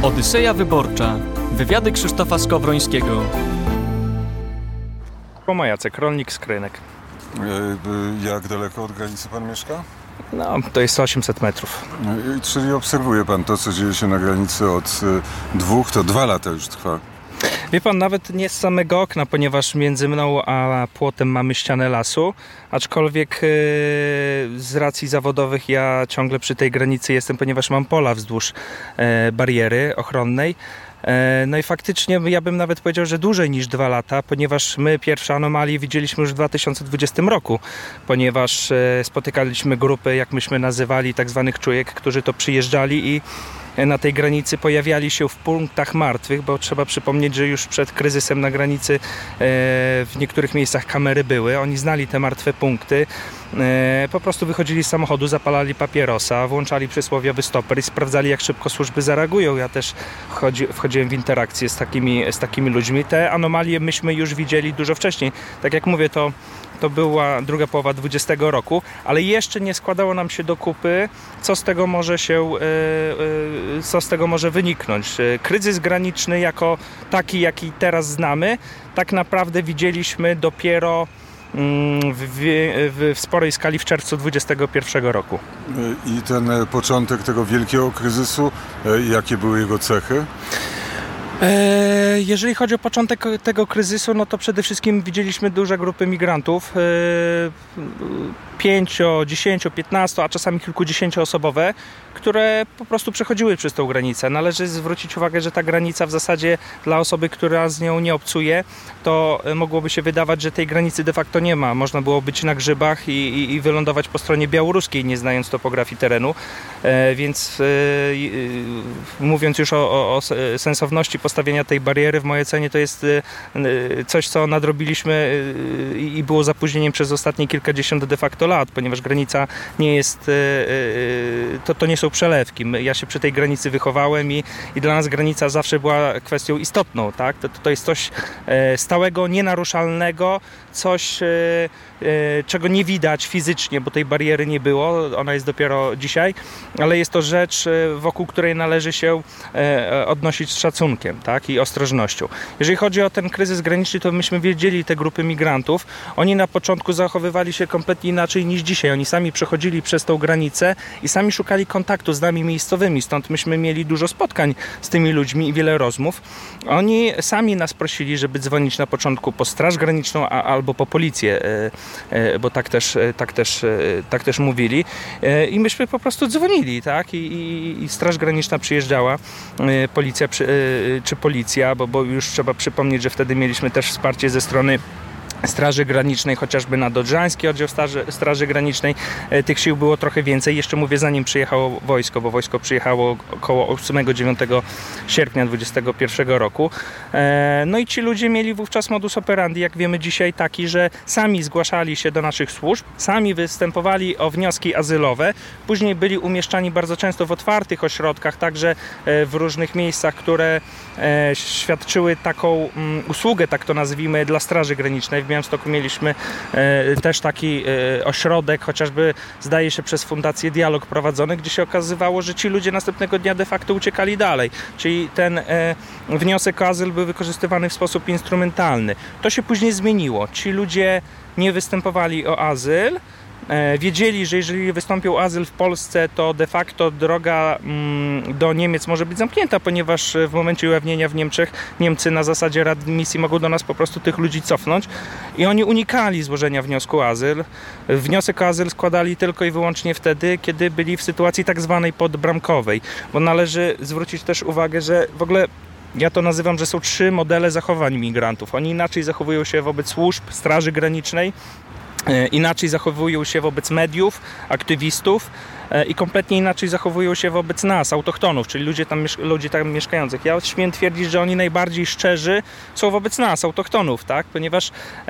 Odyseja Wyborcza. Wywiady Krzysztofa Skowrońskiego. Jacek, rolnik z Krynek. Jak daleko od granicy pan mieszka? No, to jest 800 metrów. Czyli obserwuje pan to, co dzieje się na granicy od 2 lata już trwa. Wie pan, nawet nie z samego okna, ponieważ między mną a płotem mamy ścianę lasu, aczkolwiek z racji zawodowych ja ciągle przy tej granicy jestem, ponieważ mam pola wzdłuż bariery ochronnej. No i faktycznie ja bym nawet powiedział, że dłużej niż 2 lata, ponieważ my pierwsze anomalie widzieliśmy już w 2020 roku, ponieważ spotykaliśmy grupy, jak myśmy nazywali, tak zwanych czujek, którzy to przyjeżdżali i na tej granicy pojawiali się w punktach martwych, bo trzeba przypomnieć, że już przed kryzysem na granicy w niektórych miejscach kamery były. Oni znali te martwe punkty. Po prostu wychodzili z samochodu, zapalali papierosa, włączali przysłowiowy stoper i sprawdzali, jak szybko służby zareagują. Ja też wchodziłem w interakcję z takimi ludźmi. Te anomalie myśmy już widzieli dużo wcześniej. Tak jak mówię, to była druga połowa 2020 roku, ale jeszcze nie składało nam się do kupy, co z tego może wyniknąć. Kryzys graniczny jako taki, jaki teraz znamy, tak naprawdę widzieliśmy dopiero w sporej skali w czerwcu 2021 roku. I ten początek tego wielkiego kryzysu, jakie były jego cechy? Jeżeli chodzi o początek tego kryzysu, no to przede wszystkim widzieliśmy duże grupy migrantów, 5, 10, 15, a czasami kilkudziesięcioosobowe, które po prostu przechodziły przez tą granicę. Należy zwrócić uwagę, że ta granica w zasadzie dla osoby, która z nią nie obcuje, to mogłoby się wydawać, że tej granicy de facto nie ma. Można było być na grzybach i wylądować po stronie białoruskiej, nie znając topografii terenu. Więc mówiąc już o sensowności postawienia tej bariery, w mojej ocenie to jest coś, co nadrobiliśmy i było zapóźnieniem przez ostatnie kilkadziesiąt de facto lat, ponieważ granica nie jest, to nie są przelewki. Ja się przy tej granicy wychowałem i dla nas granica zawsze była kwestią istotną, tak? To jest coś stałego, nienaruszalnego, coś, czego nie widać fizycznie, bo tej bariery nie było, ona jest dopiero dzisiaj, ale jest to rzecz, wokół której należy się odnosić z szacunkiem, tak? I ostrożnością. Jeżeli chodzi o ten kryzys graniczny, to myśmy wiedzieli te grupy migrantów, oni na początku zachowywali się kompletnie inaczej niż dzisiaj. Oni sami przechodzili przez tą granicę i sami szukali kontaktu z nami miejscowymi, stąd myśmy mieli dużo spotkań z tymi ludźmi i wiele rozmów. Oni sami nas prosili, żeby dzwonić na początku po Straż Graniczną albo po policję, bo tak też mówili. I myśmy po prostu dzwonili, tak? I Straż Graniczna przyjeżdżała, policja czy policja, bo już trzeba przypomnieć, że wtedy mieliśmy też wsparcie ze strony Straży Granicznej, chociażby na Dodrzański oddział Straży Granicznej. Tych sił było trochę więcej. Jeszcze mówię, zanim przyjechało wojsko, bo wojsko przyjechało około 8-9 sierpnia 2021 roku. No i ci ludzie mieli wówczas modus operandi, jak wiemy dzisiaj, taki, że sami zgłaszali się do naszych służb, sami występowali o wnioski azylowe, później byli umieszczani bardzo często w otwartych ośrodkach, także w różnych miejscach, które świadczyły taką usługę, tak to nazwijmy, dla Straży Granicznej. W Białymstoku mieliśmy też taki ośrodek, chociażby zdaje się przez Fundację Dialog prowadzony, gdzie się okazywało, że ci ludzie następnego dnia de facto uciekali dalej. Czyli ten wniosek o azyl był wykorzystywany w sposób instrumentalny. To się później zmieniło. Ci ludzie nie występowali o azyl, wiedzieli, że jeżeli wystąpią o azyl w Polsce, to de facto droga do Niemiec może być zamknięta, ponieważ w momencie ujawnienia w Niemczech Niemcy na zasadzie readmisji mogą do nas po prostu tych ludzi cofnąć i oni unikali złożenia wniosku o azyl. Wniosek o azyl składali tylko i wyłącznie wtedy, kiedy byli w sytuacji tak zwanej podbramkowej, bo należy zwrócić też uwagę, że w ogóle ja to nazywam, że są 3 modele zachowań migrantów. Oni inaczej zachowują się wobec służb, Straży Granicznej, inaczej zachowują się wobec mediów, aktywistów i kompletnie inaczej zachowują się wobec nas, autochtonów, czyli ludzi tam mieszkających. Ja śmiem twierdzić, że oni najbardziej szczerzy są wobec nas, autochtonów, tak? Ponieważ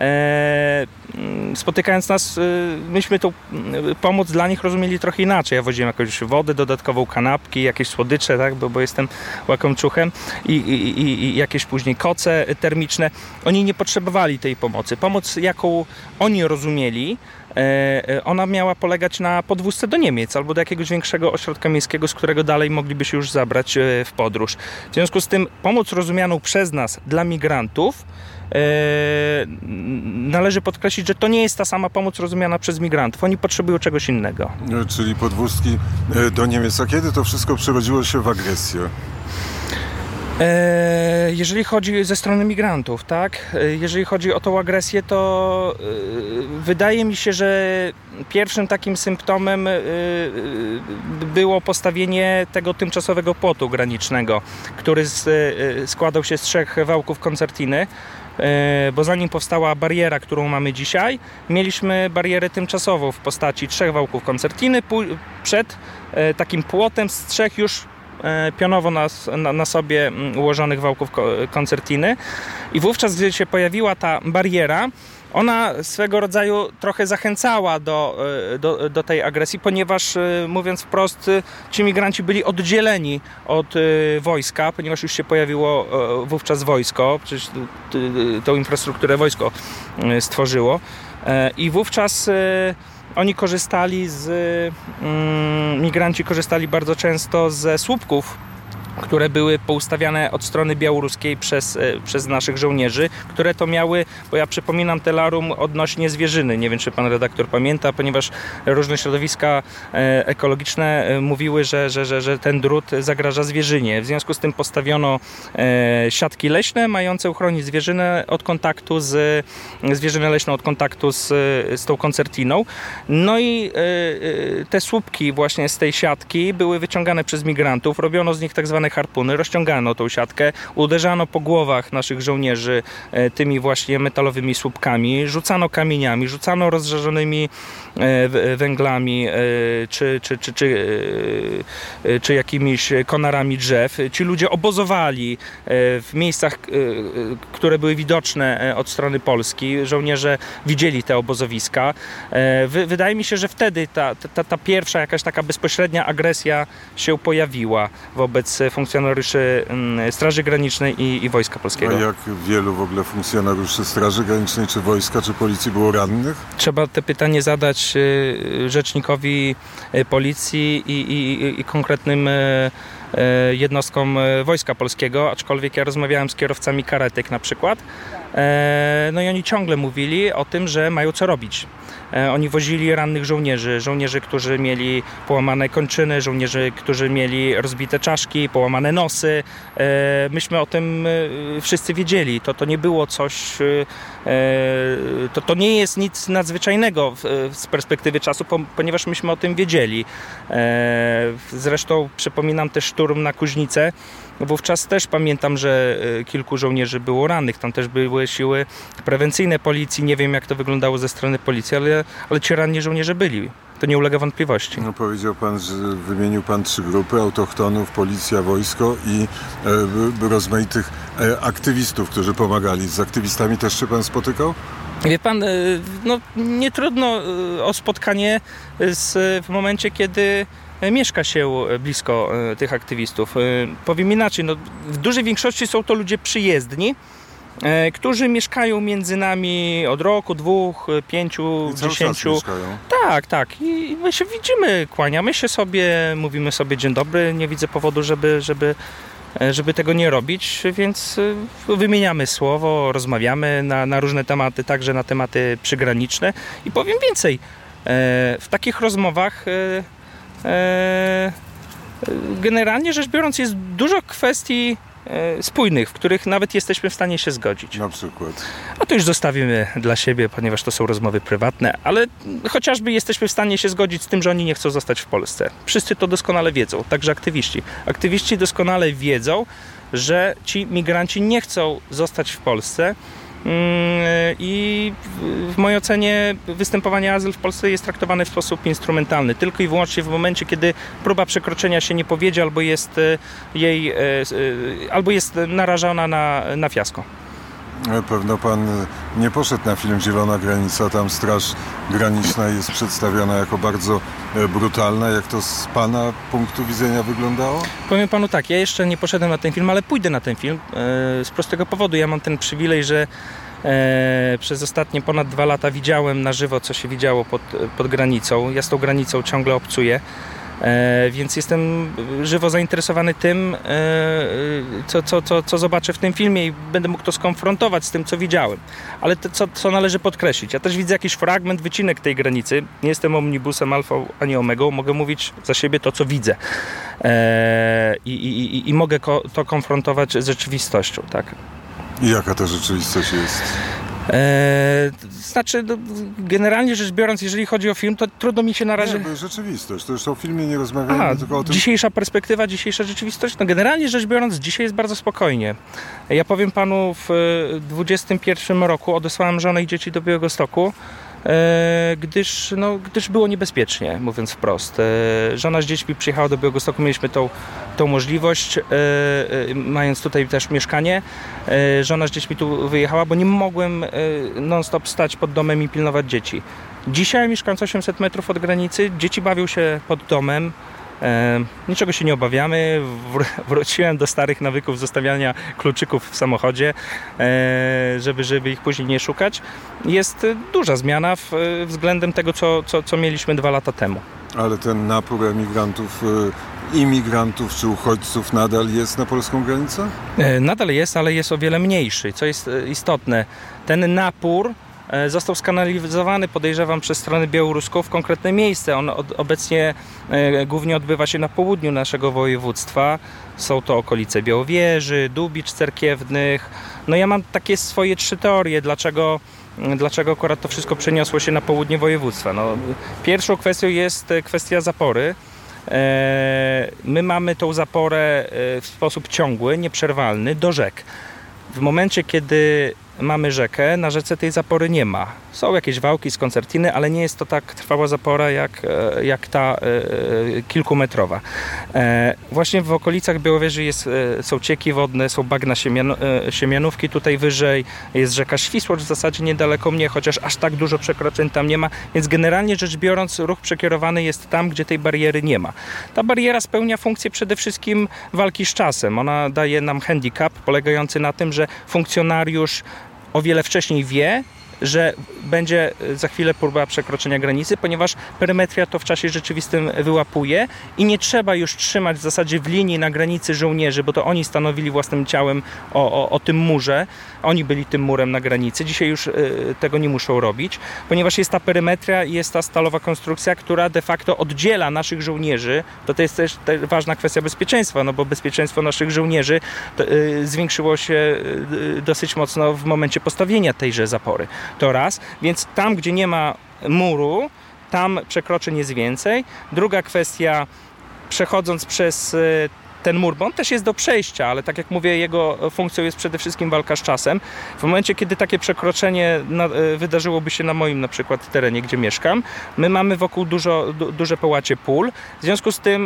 spotykając nas, myśmy tą pomoc dla nich rozumieli trochę inaczej. Ja woziłem jakąś wodę dodatkową, kanapki, jakieś słodycze, tak? Bo jestem łakomczuchem i jakieś później koce termiczne. Oni nie potrzebowali tej pomocy. Pomoc, jaką oni rozumieli, ona miała polegać na podwózce do Niemiec albo do jakiegoś większego ośrodka miejskiego, z którego dalej mogliby się już zabrać w podróż. W związku z tym pomoc rozumianą przez nas dla migrantów należy podkreślić, że to nie jest ta sama pomoc rozumiana przez migrantów. Oni potrzebują czegoś innego. Czyli podwózki do Niemiec. A kiedy to wszystko przerodziło się w agresję? Jeżeli chodzi ze strony migrantów, tak? Jeżeli chodzi o tą agresję, to wydaje mi się, że pierwszym takim symptomem było postawienie tego tymczasowego płotu granicznego, który składał się z 3 wałków koncertiny. Bo zanim powstała bariera, którą mamy dzisiaj, mieliśmy barierę tymczasową w postaci 3 wałków koncertiny przed takim płotem z 3 już pionowo na sobie ułożonych wałków koncertiny. I wówczas, gdy się pojawiła ta bariera, ona swego rodzaju trochę zachęcała do tej agresji, ponieważ, mówiąc wprost, ci migranci byli oddzieleni od wojska, ponieważ już się pojawiło wówczas wojsko, przecież tą infrastrukturę wojsko stworzyło. I wówczas migranci korzystali bardzo często ze słupków, które były poustawiane od strony białoruskiej przez naszych żołnierzy, które to miały, bo ja przypominam telarum odnośnie zwierzyny. Nie wiem, czy pan redaktor pamięta, ponieważ różne środowiska ekologiczne mówiły, że ten drut zagraża zwierzynie. W związku z tym postawiono siatki leśne mające uchronić zwierzynę leśną od kontaktu z tą koncertiną. No i te słupki właśnie z tej siatki były wyciągane przez migrantów. Robiono z nich tak zwane harpuny, rozciągano tą siatkę, uderzano po głowach naszych żołnierzy tymi właśnie metalowymi słupkami, rzucano kamieniami, rzucano rozżarzonymi węglami czy jakimiś konarami drzew. Ci ludzie obozowali w miejscach, które były widoczne od strony Polski. Żołnierze widzieli te obozowiska. Wydaje mi się, że wtedy ta pierwsza jakaś taka bezpośrednia agresja się pojawiła wobec funkcjonariuszy Straży Granicznej i Wojska Polskiego. A jak wielu w ogóle funkcjonariuszy Straży Granicznej, czy wojska, czy policji było rannych? Trzeba te pytanie zadać rzecznikowi policji i konkretnym jednostkom Wojska Polskiego, aczkolwiek ja rozmawiałem z kierowcami karetek na przykład, no i oni ciągle mówili o tym, że mają co robić. Oni wozili rannych żołnierzy, którzy mieli połamane kończyny, żołnierzy, którzy mieli rozbite czaszki, połamane nosy. Myśmy o tym wszyscy wiedzieli. To nie było coś, to nie jest nic nadzwyczajnego z perspektywy czasu, ponieważ myśmy o tym wiedzieli. Zresztą przypominam też szturm na Kuźnicę. Wówczas też pamiętam, że kilku żołnierzy było rannych. Tam też były siły prewencyjne policji. Nie wiem, jak to wyglądało ze strony policji, ale ci ranni żołnierze byli. To nie ulega wątpliwości. No, powiedział pan, że wymienił pan 3 grupy: autochtonów, policja, wojsko i rozmaitych aktywistów, którzy pomagali. Z aktywistami też się pan spotykał? Wie pan, no nie trudno o spotkanie w momencie, kiedy mieszka się blisko tych aktywistów. Powiem inaczej, no, w dużej większości są to ludzie przyjezdni, którzy mieszkają między nami od roku, 2, 5, 10. Tak. I my się widzimy, kłaniamy się sobie, mówimy sobie dzień dobry. Nie widzę powodu, żeby tego nie robić, więc wymieniamy słowo, rozmawiamy na różne tematy, także na tematy przygraniczne. I powiem więcej, w takich rozmowach generalnie rzecz biorąc jest dużo kwestii spójnych, w których nawet jesteśmy w stanie się zgodzić. Na przykład. A to już zostawimy dla siebie, ponieważ to są rozmowy prywatne, ale chociażby jesteśmy w stanie się zgodzić z tym, że oni nie chcą zostać w Polsce. Wszyscy to doskonale wiedzą, także aktywiści. Aktywiści doskonale wiedzą, że ci migranci nie chcą zostać w Polsce. I w mojej ocenie występowanie azyl w Polsce jest traktowane w sposób instrumentalny. Tylko i wyłącznie w momencie, kiedy próba przekroczenia się nie powiedzie, albo jest narażona na fiasko. Pewno pan nie poszedł na film Zielona Granica. Tam Straż Graniczna jest przedstawiona jako bardzo brutalna. Jak to z pana punktu widzenia wyglądało? Powiem panu tak, ja jeszcze nie poszedłem na ten film, ale pójdę na ten film z prostego powodu. Ja mam ten przywilej, że Przez ostatnie ponad 2 lata widziałem na żywo, co się widziało pod granicą. Ja z tą granicą ciągle obcuję. Więc jestem żywo zainteresowany tym, co zobaczę w tym filmie i będę mógł to skonfrontować z tym, co widziałem. Ale to, co należy podkreślić, ja też widzę jakiś fragment, wycinek tej granicy. Nie jestem omnibusem alfą ani omegą, mogę mówić za siebie to, co widzę. I mogę to konfrontować z rzeczywistością, tak? I jaka ta rzeczywistość jest? Znaczy, generalnie rzecz biorąc, jeżeli chodzi o film, to trudno mi się na razie... Nie, rzeczywistość, to już o filmie nie rozmawiamy, tylko o tym... Dzisiejsza perspektywa, dzisiejsza rzeczywistość, no generalnie rzecz biorąc, dzisiaj jest bardzo spokojnie. Ja powiem panu, w 2021 roku odesłałem żonę i dzieci do Białegostoku, gdyż było niebezpiecznie, mówiąc wprost. Żona z dziećmi przyjechała do Białegostoku, mieliśmy tą możliwość, mając tutaj też mieszkanie. Żona z dziećmi tu wyjechała, bo nie mogłem non-stop stać pod domem i pilnować dzieci. Dzisiaj, mieszkając 800 metrów od granicy, dzieci bawią się pod domem. Niczego się nie obawiamy. Wróciłem do starych nawyków zostawiania kluczyków w samochodzie, żeby ich później nie szukać. Jest duża zmiana względem tego, co mieliśmy 2 lata temu. Ale ten napór imigrantów czy uchodźców nadal jest na polską granicę? Nadal jest, ale jest o wiele mniejszy, co jest istotne. Ten napór został skanalizowany, podejrzewam, przez stronę białoruską w konkretne miejsce. On obecnie głównie odbywa się na południu naszego województwa. Są to okolice Białowieży, Dubicz Cerkiewnych. No ja mam takie swoje 3 teorie, dlaczego akurat to wszystko przeniosło się na południe województwa. No, pierwszą kwestią jest kwestia zapory. My mamy tą zaporę w sposób ciągły, nieprzerwalny do rzek. W momencie, kiedy mamy rzekę, na rzece tej zapory nie ma. Są jakieś wałki z koncertiny, ale nie jest to tak trwała zapora jak ta kilkumetrowa. Właśnie w okolicach Białowieży są cieki wodne, są bagna Siemianówki tutaj wyżej, jest rzeka Świsłocz w zasadzie niedaleko mnie, chociaż aż tak dużo przekroczeń tam nie ma, więc generalnie rzecz biorąc ruch przekierowany jest tam, gdzie tej bariery nie ma. Ta bariera spełnia funkcję przede wszystkim walki z czasem. Ona daje nam handicap polegający na tym, że funkcjonariusz o wiele wcześniej wie, że będzie za chwilę próba przekroczenia granicy, ponieważ perymetria to w czasie rzeczywistym wyłapuje i nie trzeba już trzymać w zasadzie w linii na granicy żołnierzy, bo to oni stanowili własnym ciałem o tym murze. Oni byli tym murem na granicy. Dzisiaj już tego nie muszą robić, ponieważ jest ta perymetria i jest ta stalowa konstrukcja, która de facto oddziela naszych żołnierzy. To jest też ważna kwestia bezpieczeństwa, no bo bezpieczeństwo naszych żołnierzy zwiększyło się dosyć mocno w momencie postawienia tejże zapory. To raz, więc tam, gdzie nie ma muru, tam przekroczeń jest więcej. Druga kwestia, przechodząc przez ten mur, bo on też jest do przejścia, ale tak jak mówię, jego funkcją jest przede wszystkim walka z czasem. W momencie, kiedy takie przekroczenie wydarzyłoby się na moim na przykład terenie, gdzie mieszkam, my mamy wokół duże połacie pól. W związku z tym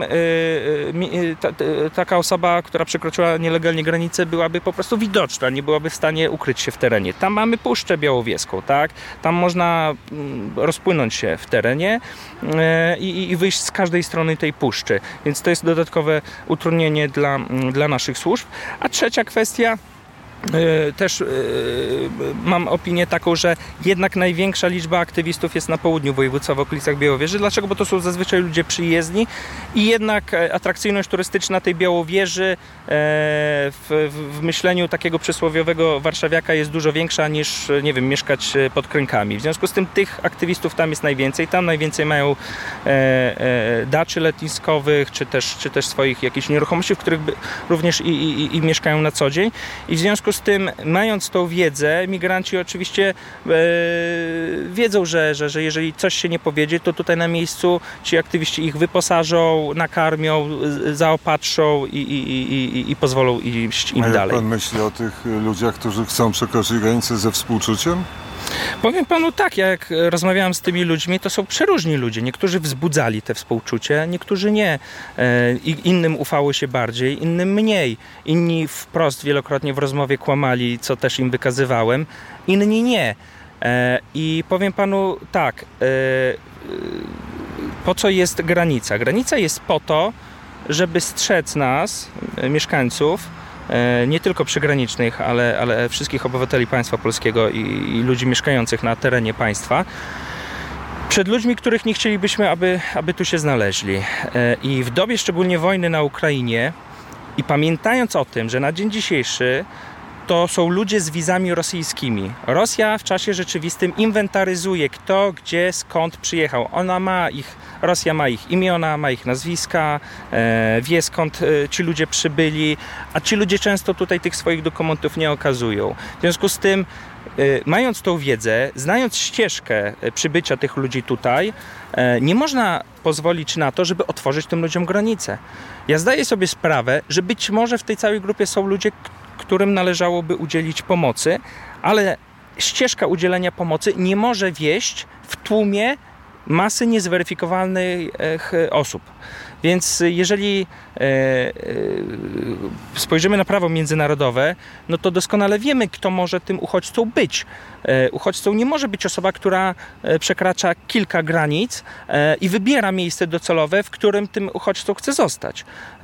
taka osoba, która przekroczyła nielegalnie granicę, byłaby po prostu widoczna, nie byłaby w stanie ukryć się w terenie. Tam mamy Puszczę Białowieską, tak? Tam można rozpłynąć się w terenie i wyjść z każdej strony tej puszczy. Więc to jest dodatkowe utrudnienie dla naszych służb. A trzecia kwestia, też mam opinię taką, że jednak największa liczba aktywistów jest na południu województwa, w okolicach Białowieży. Dlaczego? Bo to są zazwyczaj ludzie przyjezdni i jednak atrakcyjność turystyczna tej Białowieży w myśleniu takiego przysłowiowego warszawiaka jest dużo większa niż, nie wiem, mieszkać pod Krękami. W związku z tym tych aktywistów tam jest najwięcej. Tam najwięcej mają daczy letniskowych, czy też swoich jakichś nieruchomości, w których również i mieszkają na co dzień. I w związku z tym, mając tą wiedzę, migranci oczywiście wiedzą, że jeżeli coś się nie powiedzie, to tutaj na miejscu ci aktywiści ich wyposażą, nakarmią, zaopatrzą i pozwolą iść im dalej. A jak pan myśli o tych ludziach, którzy chcą przekroczyć granicę ze współczuciem? Powiem panu tak, jak rozmawiałem z tymi ludźmi, to są przeróżni ludzie. Niektórzy wzbudzali te współczucie, niektórzy nie. Innym ufało się bardziej, innym mniej. Inni wprost wielokrotnie w rozmowie kłamali, co też im wykazywałem, inni nie. I powiem panu tak, po co jest granica? Granica jest po to, żeby strzec nas, mieszkańców, nie tylko przygranicznych, ale wszystkich obywateli państwa polskiego i ludzi mieszkających na terenie państwa, przed ludźmi, których nie chcielibyśmy, aby tu się znaleźli. I w dobie szczególnie wojny na Ukrainie i pamiętając o tym, że na dzień dzisiejszy to są ludzie z wizami rosyjskimi. Rosja w czasie rzeczywistym inwentaryzuje kto, gdzie, skąd przyjechał. Rosja ma ich imiona, ma ich nazwiska, wie skąd ci ludzie przybyli, a ci ludzie często tutaj tych swoich dokumentów nie okazują. W związku z tym, mając tą wiedzę, znając ścieżkę przybycia tych ludzi tutaj, nie można pozwolić na to, żeby otworzyć tym ludziom granice. Ja zdaję sobie sprawę, że być może w tej całej grupie są ludzie, którym należałoby udzielić pomocy, ale ścieżka udzielenia pomocy nie może wieść w tłumie masy niezweryfikowanych osób. Więc jeżeli spojrzymy na prawo międzynarodowe, no to doskonale wiemy, kto może tym uchodźcą być. Uchodźcą nie może być osoba, która przekracza kilka granic i wybiera miejsce docelowe, w którym tym uchodźcą chce zostać.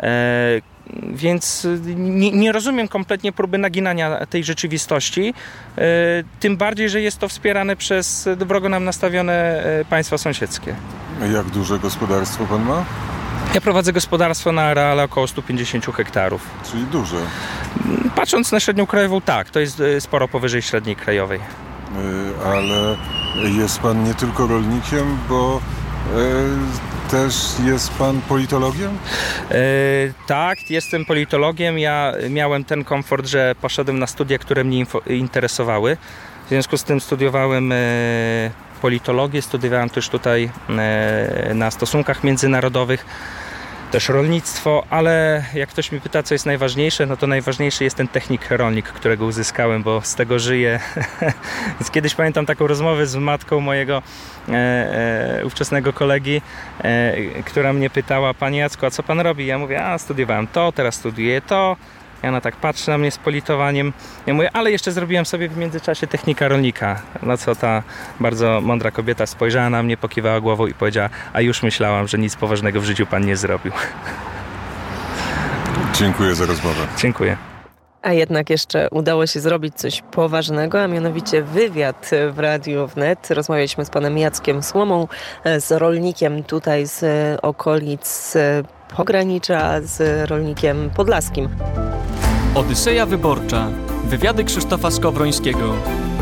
Więc nie rozumiem kompletnie próby naginania tej rzeczywistości, tym bardziej, że jest to wspierane przez wrogo nam nastawione państwa sąsiedzkie. Jak duże gospodarstwo pan ma? Ja prowadzę gospodarstwo na areale około 150 hektarów. Czyli duże. Patrząc na średnią krajową, tak, to jest sporo powyżej średniej krajowej. Ale jest pan nie tylko rolnikiem, bo też jest pan politologiem? Tak, jestem politologiem. Ja miałem ten komfort, że poszedłem na studia, które mnie interesowały. W związku z tym studiowałem politologię, studiowałem też tutaj na stosunkach międzynarodowych, też rolnictwo, ale jak ktoś mi pyta, co jest najważniejsze, no to najważniejszy jest ten technik rolnik, którego uzyskałem, bo z tego żyję. Więc kiedyś pamiętam taką rozmowę z matką mojego ówczesnego kolegi, która mnie pytała: panie Jacku, a co pan robi? Ja mówię: studiowałem to, teraz studiuję to. I ona tak patrzy na mnie z politowaniem. Ja mówię: ale jeszcze zrobiłem sobie w międzyczasie technika rolnika. Na co ta bardzo mądra kobieta spojrzała na mnie, pokiwała głową i powiedziała: a już myślałam, że nic poważnego w życiu pan nie zrobił. Dziękuję za rozmowę. Dziękuję. A jednak jeszcze udało się zrobić coś poważnego, a mianowicie wywiad w Radiu Wnet. Rozmawialiśmy z panem Jackiem Słomą, z rolnikiem tutaj z okolic pogranicza, z rolnikiem podlaskim. Odyseja Wyborcza. Wywiady Krzysztofa Skowrońskiego.